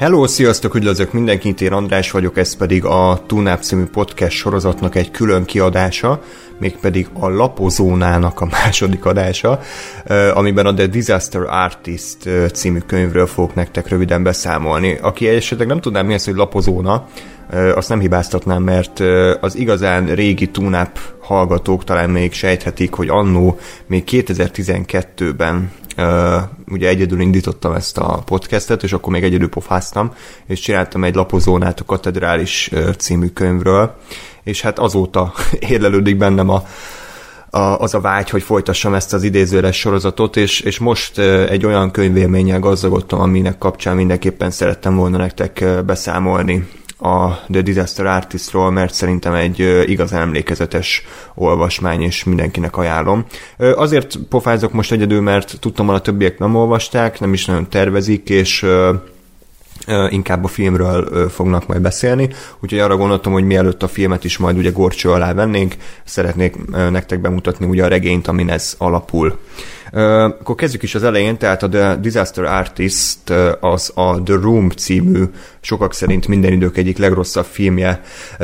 Hello, sziasztok, üdvözlök mindenkit, én András vagyok, ez pedig a Tune Up című podcast sorozatnak egy külön kiadása, mégpedig a Lapozónának a második adása, amiben a The Disaster Artist című könyvről fogok nektek röviden beszámolni. Aki esetleg nem tudná, mi az, hogy lapozóna, azt nem hibáztatnám, mert az igazán régi Tune Up hallgatók talán még sejthetik, hogy annó még 2012-ben ugye egyedül indítottam ezt a podcastet, és akkor még egyedül pofáztam, és csináltam egy Lapozónát a Katedrális című könyvről, és hát azóta érlelődik bennem az a vágy, hogy folytassam ezt az idézőjeles sorozatot, és most egy olyan könyvélménnyel gazdagodtam, aminek kapcsán mindenképpen szerettem volna nektek beszámolni a The Disaster Artistról, mert szerintem egy igazán emlékezetes olvasmány, és mindenkinek ajánlom. Azért pofázok most egyedül, mert tudtam, hogy a többiek nem olvasták, nem is nagyon tervezik, és inkább a filmről fognak majd beszélni, úgyhogy arra gondoltam, hogy mielőtt a filmet is majd ugye górcső alá vennénk, szeretnék nektek bemutatni ugye a regényt, amin ez alapul. Akkor kezdjük is az elején, tehát a The Disaster Artist az a The Room című, sokak szerint minden idők egyik legrosszabb filmje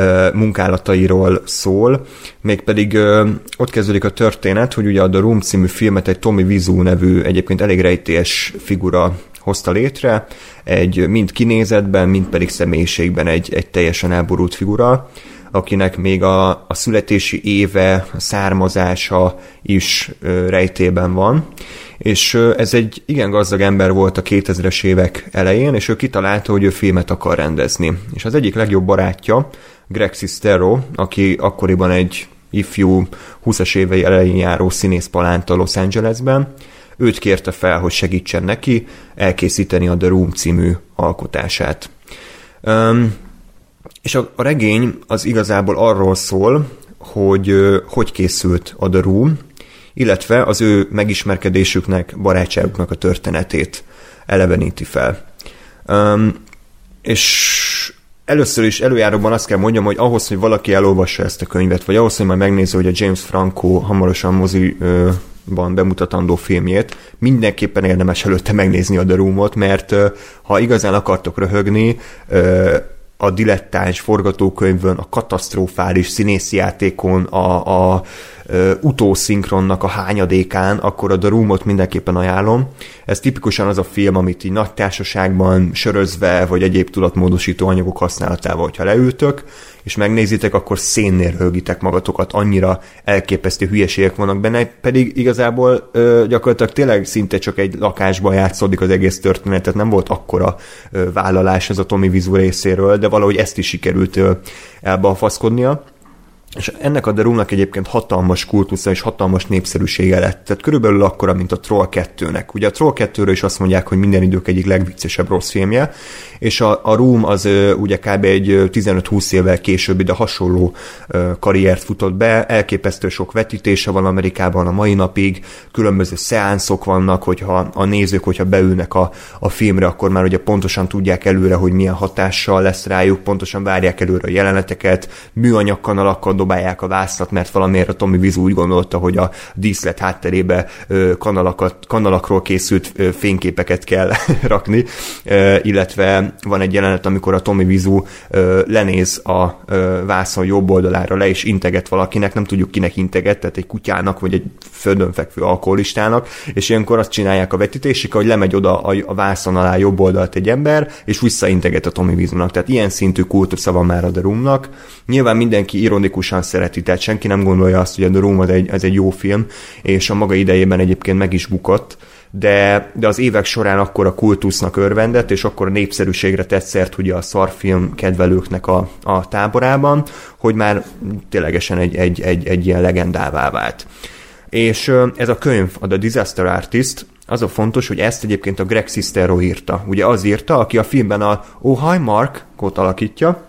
munkálatairól szól, mégpedig ott kezdődik a történet, hogy ugye a The Room című filmet egy Tommy Wiseau nevű egyébként elég rejtélyes figura hozta létre, egy mind kinézetben, mind pedig személyiségben egy teljesen elborult figura, akinek még a születési éve, a származása is rejtében van, és ez egy igen gazdag ember volt a 2000-es évek elején, és ő kitalálta, hogy ő filmet akar rendezni. És az egyik legjobb barátja, Greg Sestero, aki akkoriban egy ifjú, 20-as évei elején járó színészpalánta Los Angelesben, őt kérte fel, hogy segítsen neki elkészíteni a The Room című alkotását. És a regény az igazából arról szól, hogy készült a The Room, illetve az ő megismerkedésüknek, barátságuknak a történetét eleveníti fel. És először is előjáróban azt kell mondjam, hogy ahhoz, hogy valaki elolvassa ezt a könyvet, vagy ahhoz, hogy majd megnézze, hogy a James Franco hamarosan moziban bemutatandó filmjét, mindenképpen érdemes előtte megnézni a The Roomot, mert ha igazán akartok röhögni, a dilettáns forgatókönyvön, a katasztrofális színészjátékon, a utószinkronnak a hányadékán, akkor a The Roomot mindenképpen ajánlom. Ez tipikusan az a film, amit így nagy társaságban sörözve, vagy egyéb tudatmódosító anyagok használatával, hogyha leültök, és megnézitek, akkor szénnél röhögitek magatokat, annyira elképesztő hülyeségek vannak benne, pedig igazából gyakorlatilag tényleg szinte csak egy lakásban játszódik az egész történet, tehát nem volt akkora vállalás ez a Tommy Wiseau részéről, de valahogy ezt is sikerült elbalfaszkodnia. És ennek a The Roomnak egyébként hatalmas kultusza és hatalmas népszerűsége lett. Tehát körülbelül akkora, mint a Troll 2-nek. Ugye a Troll 2-ről is azt mondják, hogy minden idők egyik legviccesebb rossz filmje, és a Room az ugye kb. Egy 15-20 évvel később ide hasonló karriert futott be, elképesztő sok vetítése van Amerikában a mai napig, különböző szeánszok vannak, hogyha a nézők, hogyha beülnek a filmre, akkor már ugye pontosan tudják előre, hogy milyen hatással lesz rájuk, pontosan várják előre a jeleneteket, műanyag kanalakkal dobálják a vászlat, mert valamiért a Tommy Wiseau úgy gondolta, hogy a díszlet hátterébe kanalakról készült fényképeket kell rakni, illetve van egy jelenet, amikor a Tommy Wiseau lenéz a vászon jobb oldalára le, és integet valakinek, nem tudjuk kinek integet, tehát egy kutyának, vagy egy földön fekvő alkoholistának, és ilyenkor azt csinálják a vetítésük, hogy lemegy oda a vászon alá jobb oldalt egy ember, és visszainteget a Tommy Wiseaunak. Tehát ilyen szintű kultusza van már a The Roomnak. Nyilván mindenki ironikusan szereti, tehát senki nem gondolja azt, hogy a The Room ez egy jó film, és a maga idejében egyébként meg is bukott, de az évek során akkor a kultusznak örvendett, és akkor a népszerűségre tett szert ugye a szarfilm kedvelőknek a táborában, hogy már ténylegesen egy ilyen legendává vált. És ez a könyv, a The Disaster Artist, az a fontos, hogy ezt egyébként a Greg Sestero írta. Ugye az írta, aki a filmben a Oh, Hi Mark-ot alakítja,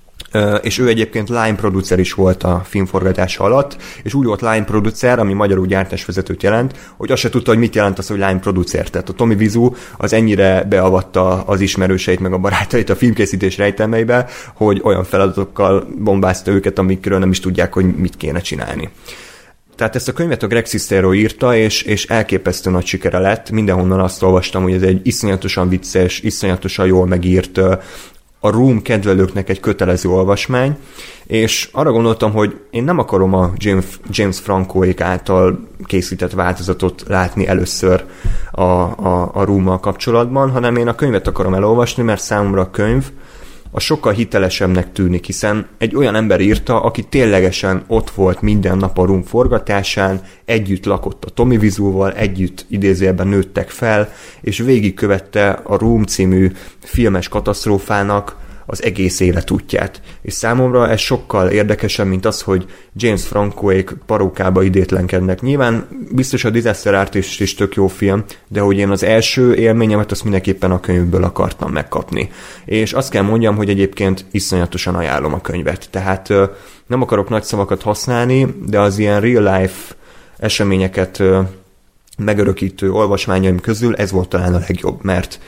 és ő egyébként line producer is volt a filmforgatása alatt, és úgy volt line producer, ami magyarul gyártásvezetőt jelent, hogy azt se tudta, hogy mit jelent az, hogy line producer. Tehát a Tommy Wiseau az ennyire beavatta az ismerőseit meg a barátait a filmkészítés rejtelmeibe, hogy olyan feladatokkal bombázta őket, amikről nem is tudják, hogy mit kéne csinálni. Tehát ezt a könyvet a Greg Sestero írta, és elképesztő nagy sikere lett. Mindenhonnan azt olvastam, hogy ez egy iszonyatosan vicces, iszonyatosan jól megírt, a Room kedvelőknek egy kötelező olvasmány, és arra gondoltam, hogy én nem akarom a James Francoék által készített változatot látni először a Roommal kapcsolatban, hanem én a könyvet akarom elolvasni, mert számomra a könyv a sokkal hitelesebbnek tűnik, hiszen egy olyan ember írta, aki ténylegesen ott volt minden nap a Room forgatásán, együtt lakott a Tommy Wiseauval, együtt idézőjelben nőttek fel, és végigkövette a Room című filmes katasztrófának az egész életútját. És számomra ez sokkal érdekesebb, mint az, hogy James Francoék parókába idétlenkednek. Nyilván biztos a Disaster Artist is tök jó film, de hogy én az első élményemet azt mindenképpen a könyvből akartam megkapni. És azt kell mondjam, hogy egyébként iszonyatosan ajánlom a könyvet. Tehát nem akarok nagy szavakat használni, de az ilyen real life eseményeket megörökítő olvasmányaim közül ez volt talán a legjobb,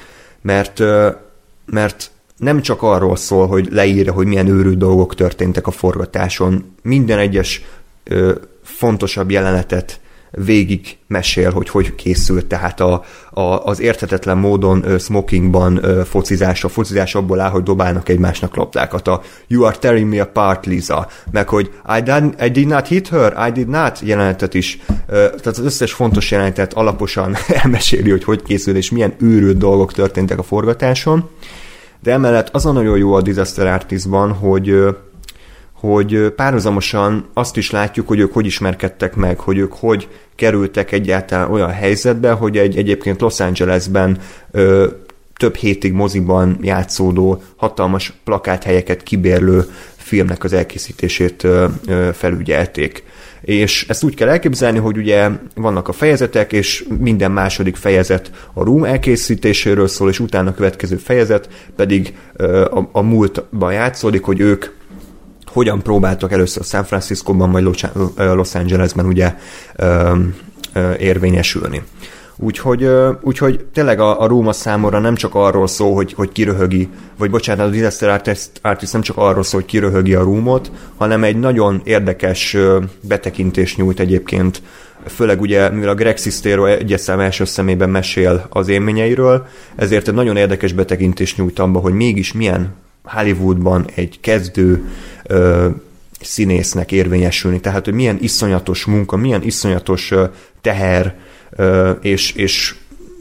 mert nem csak arról szól, hogy leírja, hogy milyen őrült dolgok történtek a forgatáson, minden egyes fontosabb jelenetet végig mesél, hogy készült, tehát az érthetetlen módon smokingban focizás abból áll, hogy dobálnak egymásnak labdákat, a You are tearing me apart, Lisa, meg hogy I did not hit her, I did not jelenetet is, tehát az összes fontos jelenetet alaposan elmeséli, hogy készül, és milyen őrült dolgok történtek a forgatáson. De emellett az a nagyon jó a Disaster Artistban, hogy párhuzamosan azt is látjuk, hogy ők hogy ismerkedtek meg, hogy ők hogy kerültek egyáltalán olyan helyzetbe, hogy egyébként Los Angelesben több hétig moziban játszódó, hatalmas plakáthelyeket kibérlő filmnek az elkészítését felügyelték. És ezt úgy kell elképzelni, hogy ugye vannak a fejezetek, és minden második fejezet a Room elkészítéséről szól, és utána a következő fejezet pedig a múltban játszódik, hogy ők hogyan próbáltak először San Franciscóban, vagy Los Angelesben ugye érvényesülni. Úgyhogy tényleg a Room számomra nem csak arról szól, hogy kiröhögi, vagy bocsánat, a Disaster Artist nem csak arról szól, hogy kiröhögi a Roomot, hanem egy nagyon érdekes betekintést nyújt egyébként, főleg ugye, mivel a Greg Sestero egyes szám első szemében mesél az élményeiről, ezért egy nagyon érdekes betekintést nyújt abba, hogy mégis milyen Hollywoodban egy kezdő színésznek érvényesülni, tehát hogy milyen iszonyatos munka, milyen iszonyatos teher, és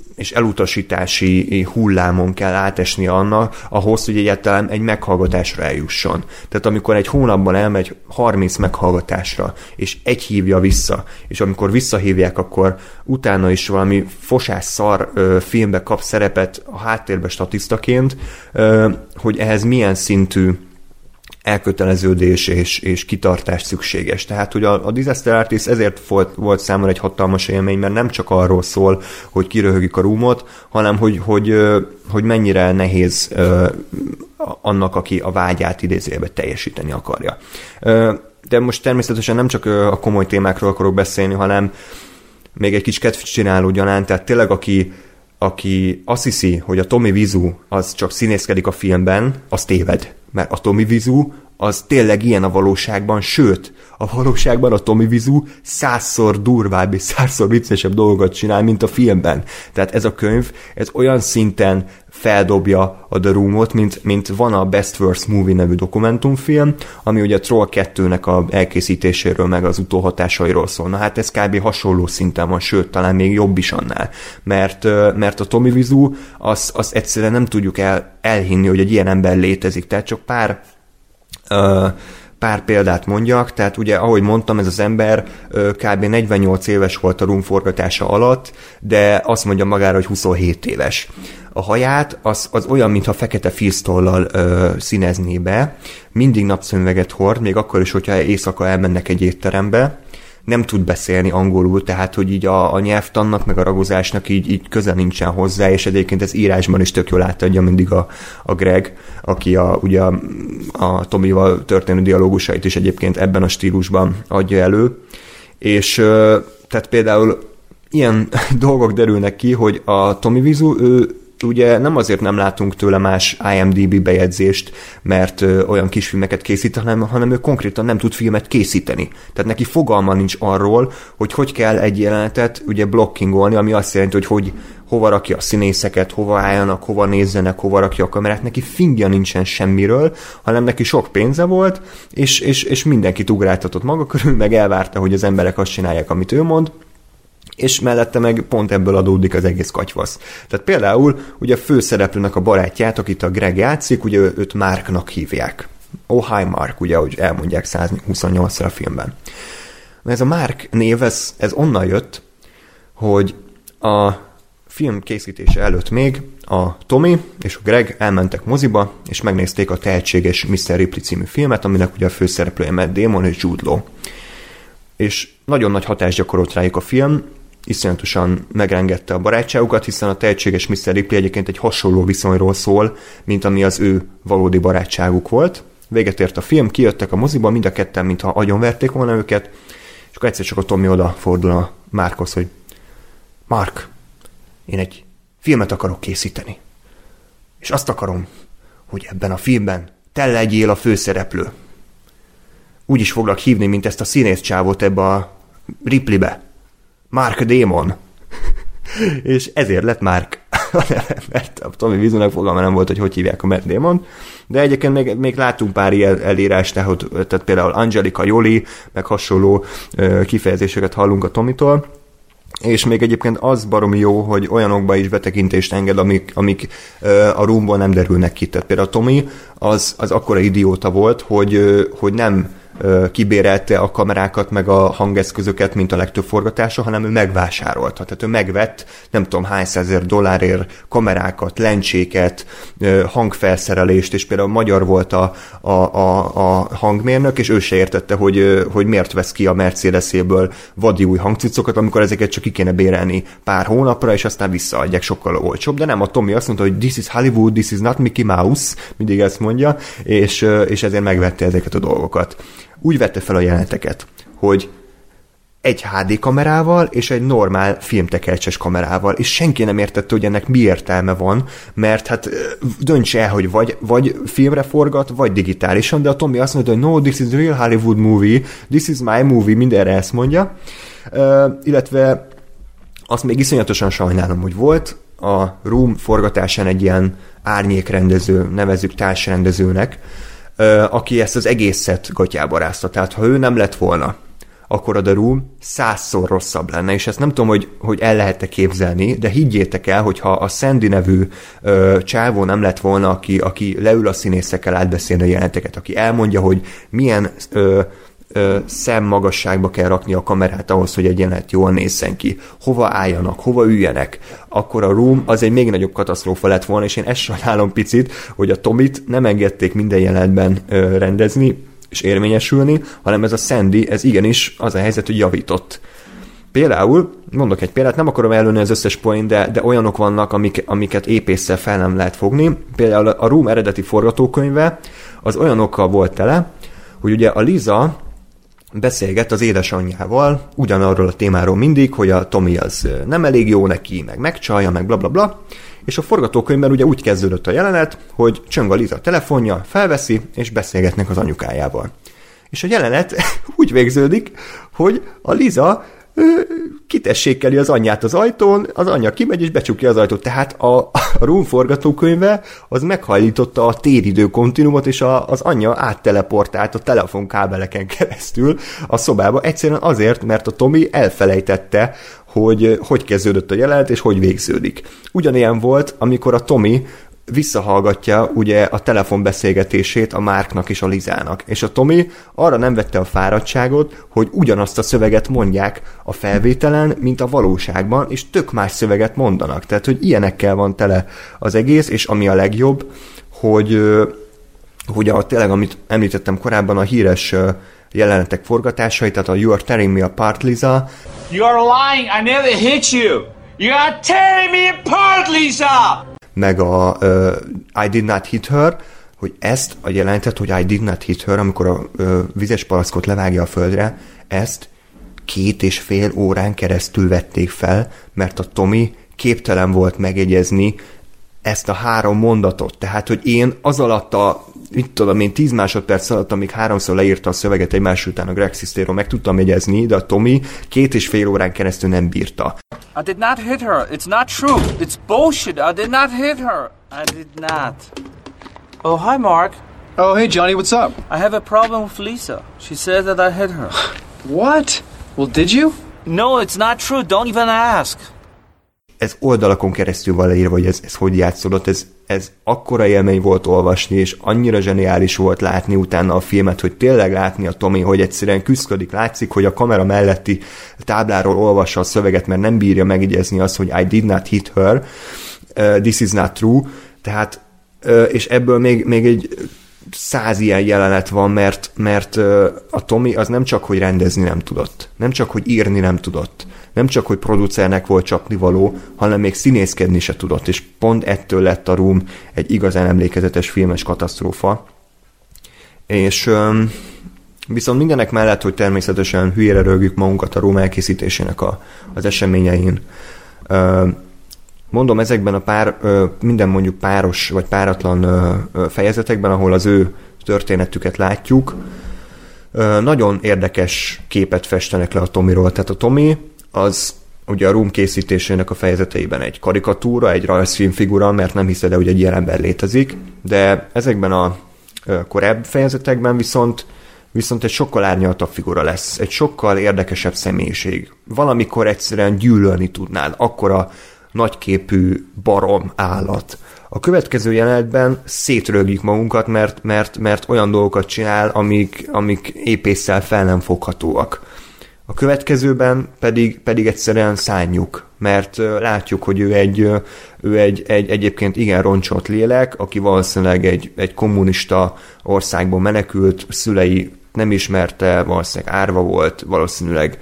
elutasítási hullámon kell átesni annak, ahhoz, hogy egyáltalán egy meghallgatásra eljusson. Tehát amikor egy hónapban elmegy 30 meghallgatásra, és egy hívja vissza, és amikor visszahívják, akkor utána is valami fosás szar filmbe kap szerepet a háttérbe statisztaként, hogy ehhez milyen szintű elköteleződés és kitartás szükséges. Tehát, hogy a Disaster Artist ezért volt számomra egy hatalmas élmény, mert nem csak arról szól, hogy kiröhögik a Roomot, hanem hogy mennyire nehéz annak, aki a vágyát idézőjelbe teljesíteni akarja. De most természetesen nem csak a komoly témákról akarok beszélni, hanem még egy kis kedvcsináló gyanánt, tehát tényleg aki azt hiszi, hogy a Tommy Wiseau az csak színészkedik a filmben, az téved. Mert a Tommy Wiseau az tényleg ilyen a valóságban, sőt, a valóságban a Tommy Wiseau 100-szor durvább és 100-szor viccesebb dolgokat csinál, mint a filmben. Tehát ez a könyv, ez olyan szinten feldobja a The Roomot, mint van a Best Worst Movie nevű dokumentumfilm, ami ugye a Troll 2-nek a elkészítéséről, meg az utóhatásairól szól. Na hát ez kb. Hasonló szinten van, sőt, talán még jobb is annál. Mert a Tommy Wiseau, azt egyszerűen nem tudjuk elhinni, hogy egy ilyen ember létezik. Tehát csak pár példát mondjak, tehát ugye, ahogy mondtam, ez az ember kb. 48 éves volt a Room forgatása alatt, de azt mondja magára, hogy 27 éves. A haját az olyan, mintha fekete filztollal színezné be, mindig napszemüveget hord, még akkor is, hogyha éjszaka elmennek egy étterembe, nem tud beszélni angolul, tehát hogy így a nyelvtannak, meg a ragozásnak így közel nincsen hozzá, és egyébként ez írásban is tök jól átadja mindig a Greg, aki ugye a Tommyval történő dialógusait is egyébként ebben a stílusban adja elő, és tehát például ilyen dolgok derülnek ki, hogy a Tommy Wiseau, ő ugye nem azért nem látunk tőle más IMDb bejegyzést, mert olyan kis filmeket készít, hanem ő konkrétan nem tud filmet készíteni. Tehát neki fogalma nincs arról, hogy kell egy jelenetet ugye blockingolni, ami azt jelenti, hogy hova rakja a színészeket, hova álljanak, hova nézzenek, hova rakja a kamerát. Neki fingja nincsen semmiről, hanem neki sok pénze volt, és mindenkit ugráltatott maga körül, meg elvárta, hogy az emberek azt csinálják, amit ő mond, és mellette meg pont ebből adódik az egész katyvasz. Tehát például ugye a főszereplőnek a barátját, akit a Greg játszik, ugye őt Marknak hívják. Oh, hi Mark, ugye, ahogy elmondják 128-szor a filmben. Ez a Mark név, ez onnan jött, hogy a film készítése előtt még a Tommy és a Greg elmentek moziba, és megnézték a tehetséges Mr. Ripley című filmet, aminek ugye a főszereplője Matt Damon és Jude Law. És nagyon nagy hatást gyakorolt rájuk a film, iszonyatosan megrengette a barátságukat, hiszen a tehetséges Mr. Ripley egyébként egy hasonló viszonyról szól, mint ami az ő valódi barátságuk volt. Véget ért a film, kijöttek a moziba, mind a ketten, mintha agyonverték volna őket, és akkor egyszer csak a Tommy odafordul a Markhoz, hogy Mark, én egy filmet akarok készíteni. És azt akarom, hogy ebben a filmben te legyél a főszereplő. Úgy is foglak hívni, mint ezt a színészcsávot ebbe a Ripleybe. Mark Damon. És ezért lett Mark a neve, mert a Tommy Wiseaunak fogalma nem volt, hogy hívják a Matt Damon, de egyébként még láttunk pár ilyen elírást, tehát például Angelina Jolie, meg hasonló kifejezéseket hallunk a Tommytól, és még egyébként az baromi jó, hogy olyanokba is betekintést enged, amik a Roomból nem derülnek ki. Tehát például a Tommy az akkora idióta volt, hogy nem kibérelte a kamerákat, meg a hangeszközöket, mint a legtöbb forgatása, hanem ő megvásárolta. Tehát ő megvett nem tudom hány $100,000 kamerákat, lencséket, hangfelszerelést, és például magyar volt a hangmérnök, és ő se értette, hogy miért vesz ki a Mercedeséből vadi új hangcuccokat, amikor ezeket csak ki kéne bérelni pár hónapra, és aztán visszaadják sokkal olcsóbb. De nem, a Tommy azt mondta, hogy this is Hollywood, this is not Mickey Mouse, mindig ezt mondja, és ezért megvette ezeket a dolgokat. Úgy vette fel a jeleneteket, hogy egy HD kamerával és egy normál filmtekercses kamerával, és senki nem értette, hogy ennek mi értelme van, mert hát dönts el, hogy vagy filmre forgat, vagy digitálisan, de a Tommy azt mondta, hogy no, this is real Hollywood movie, this is my movie, mindenre ezt mondja, illetve azt még iszonyatosan sajnálom, hogy volt a Room forgatásán egy ilyen árnyékrendező, nevezzük társrendezőnek, aki ezt az egészet gatyába rázta. Tehát ha ő nem lett volna, akkor a The Room 100-szor rosszabb lenne, és ezt nem tudom, hogy el lehet-e képzelni, de higgyétek el, hogyha a Sandy nevű csávó nem lett volna, aki leül a színészekkel átbeszélni a jeleneteket, aki elmondja, hogy milyen szemmagasságba kell rakni a kamerát ahhoz, hogy egy jelenet jól nézzen ki, hova álljanak, hova üljenek, akkor a Room az egy még nagyobb katasztrófa lett volna, és én ezt sajnálom picit, hogy a Tomit nem engedték minden jelenetben rendezni és érvényesülni, hanem ez a Sandy, ez igenis az a helyzet, hogy javított. Például, mondok egy példát, nem akarom előni az összes point, de olyanok vannak, amiket épésszel fel nem lehet fogni. Például a Room eredeti forgatókönyve az olyanokkal volt tele, hogy ugye a Liza beszélget az édesanyjával ugyanarról a témáról mindig, hogy a Tommy az nem elég jó neki, meg megcsalja, meg blablabla, bla, bla, és a forgatókönyvben ugye úgy kezdődött a jelenet, hogy csöng a Liza telefonja, felveszi, és beszélgetnek az anyukájával. És a jelenet úgy végződik, hogy a Liza kitessékkeli az anyját az ajtón, az anyja kimegy és becsukja az ajtót. Tehát a Room forgatókönyve az meghajlította a téridő kontinumot, és az anyja átteleportált a telefonkábeleken keresztül a szobába. Egyszerűen azért, mert a Tommy elfelejtette, hogy kezdődött a jelenet, és hogy végződik. Ugyanilyen volt, amikor a Tommy visszahallgatja ugye a telefonbeszélgetését a Marknak és a Lizának. És a Tommy arra nem vette a fáradtságot, hogy ugyanazt a szöveget mondják a felvételen, mint a valóságban, és tök más szöveget mondanak. Tehát, hogy ilyenekkel van tele az egész, és ami a legjobb, hogy tényleg, amit említettem korábban, a híres jelenetek forgatásai, tehát a You are tearing me apart, Lisa. You are lying, I never hit you. You are tearing me apart, Lisa! Meg a I did not hit her, hogy ezt a jelenetet, hogy I did not hit her, amikor a vizes palackot levágja a földre, ezt 2,5 órán keresztül vették fel, mert a Tommy képtelen volt megjegyezni ezt a 3 mondatot. Tehát, hogy én az alatt a, mit tudom én, 10 másodperc alatt, amíg 3-szor leírta a szöveget egymás után a Greg Sestero, meg tudtam jegyezni, de a Tommy 2,5 órán keresztül nem bírta. I did not hit her. It's not true. It's bullshit. I did not hit her. I did not. Oh, hi, Mark. Oh, hey, Johnny, what's up? I have a problem with Lisa. She said that I hit her. What? Well, did you? No, it's not true. Don't even ask. Ez oldalakon keresztül van leírva, hogy ez hogy játszódott, ez akkora élmény volt olvasni, és annyira zseniális volt látni utána a filmet, hogy tényleg látni a Tommy, hogy egyszerűen küszködik, látszik, hogy a kamera melletti tábláról olvassa a szöveget, mert nem bírja megigyezni azt, hogy I did not hit her, this is not true, tehát, és ebből még egy 100 ilyen jelenet van, mert a Tommy az nem csak, hogy rendezni nem tudott, nem csak, hogy írni nem tudott, nem csak, hogy producernek volt csapnivaló, hanem még színészkedni se tudott, és pont ettől lett a Room egy igazán emlékezetes filmes katasztrófa. És viszont mindenek mellett, hogy természetesen hülyére rögjük magunkat a Room elkészítésének az eseményein, mondom, ezekben a minden mondjuk páros vagy páratlan fejezetekben, ahol az ő történetüket látjuk, nagyon érdekes képet festenek le a Tommyról. Tehát a Tommy az ugye a Room készítésének a fejezeteiben egy karikatúra, egy rajzfilmfigura, mert nem hiszed el, hogy egy ilyen ember létezik, de ezekben a korábbi fejezetekben viszont egy sokkal árnyaltabb figura lesz, egy sokkal érdekesebb személyiség. Valamikor egyszerűen gyűlölni tudnád, akkora nagyképű barom állat. A következő jelenetben szétrögjük magunkat, mert olyan dolgokat csinál, amik épésszel fel nem foghatóak. A következőben pedig egyszerűen szánjuk, mert látjuk, hogy ő egy egyébként igen roncsolt lélek, aki valószínűleg egy kommunista országból menekült, szülei nem ismerte, valószínűleg árva volt, valószínűleg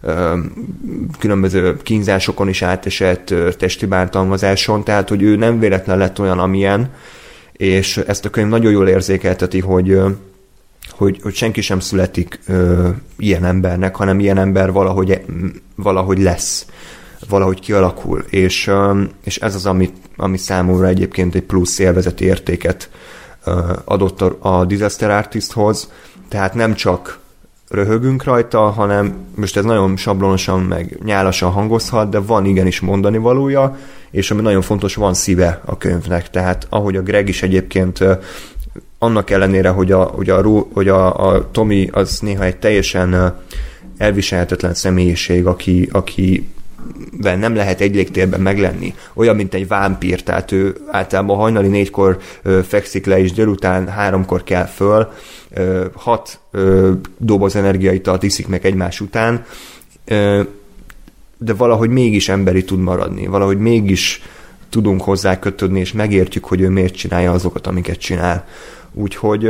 különböző kínzásokon is átesett, testi bántalmazáson, tehát hogy ő nem véletlen lett olyan, amilyen, és ezt a könyv nagyon jól érzékelteti, hogy senki sem születik ilyen embernek, hanem ilyen ember valahogy lesz, valahogy kialakul, és ez az, ami számomra egyébként egy plusz élvezeti értéket adott a Disaster Artisthoz, tehát nem csak röhögünk rajta, hanem most ez nagyon sablonosan meg nyálasan hangozhat, de van igenis mondani valója, és ami nagyon fontos, van szíve a könyvnek, tehát ahogy a Greg is egyébként annak ellenére, hogy a Tommy az néha egy teljesen elviselhetetlen személyiség, akivel nem lehet egy légtérben meglenni. Olyan, mint egy vámpír, tehát ő általában hajnali 4-kor fekszik le, és délután 3-kor kell föl, 6 doboz energiaitalt iszik meg egymás után, de valahogy mégis emberi tud maradni, valahogy mégis tudunk hozzá kötődni, és megértjük, hogy ő miért csinálja azokat, amiket csinál. Úgyhogy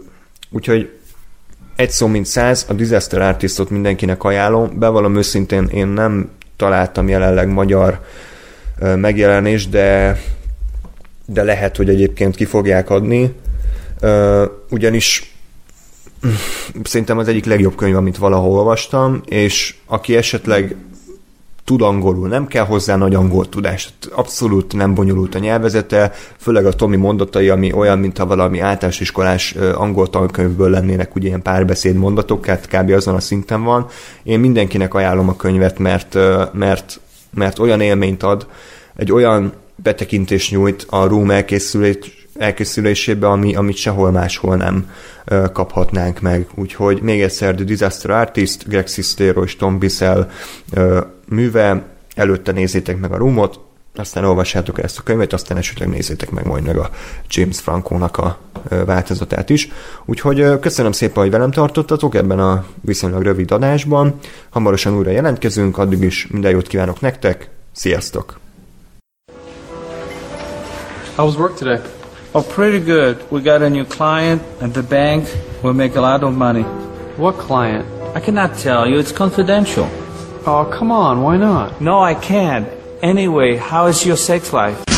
egy szó mint 100, a Disaster Artistot mindenkinek ajánlom. Bevallom őszintén, én nem találtam jelenleg magyar megjelenést, de lehet, hogy egyébként ki fogják adni. Ugyanis szerintem az egyik legjobb könyv, amit valahol olvastam, és aki esetleg tud angolul, nem kell hozzá nagy angol tudás, abszolút nem bonyolult a nyelvezete, főleg a Tommy mondatai, ami olyan, mintha valami általános iskolás angol tankönyvből lennének ugye ilyen párbeszéd mondatok, hát kb. Azon a szinten van. Én mindenkinek ajánlom a könyvet, mert olyan élményt ad, egy olyan betekintést nyújt a Room elkészülésébe, amit sehol máshol nem kaphatnánk meg. Úgyhogy még egyszer The Disaster Artist, Greg Sestero és Tom Bissell műve, előtte nézzétek meg a Roomot, aztán olvassátok el ezt a könyvet, aztán esetleg nézzétek meg majd meg a James Franco-nak a változatát is. Úgyhogy köszönöm szépen, hogy velem tartottatok ebben a viszonylag rövid adásban. Hamarosan újra jelentkezünk, addig is minden jót kívánok nektek, sziasztok! How was work today? Oh, pretty good. We got a new client at the bank. We'll make a lot of money. What client? I cannot tell you. It's confidential. Oh, come on, why not? No, I can't. Anyway, how is your sex life?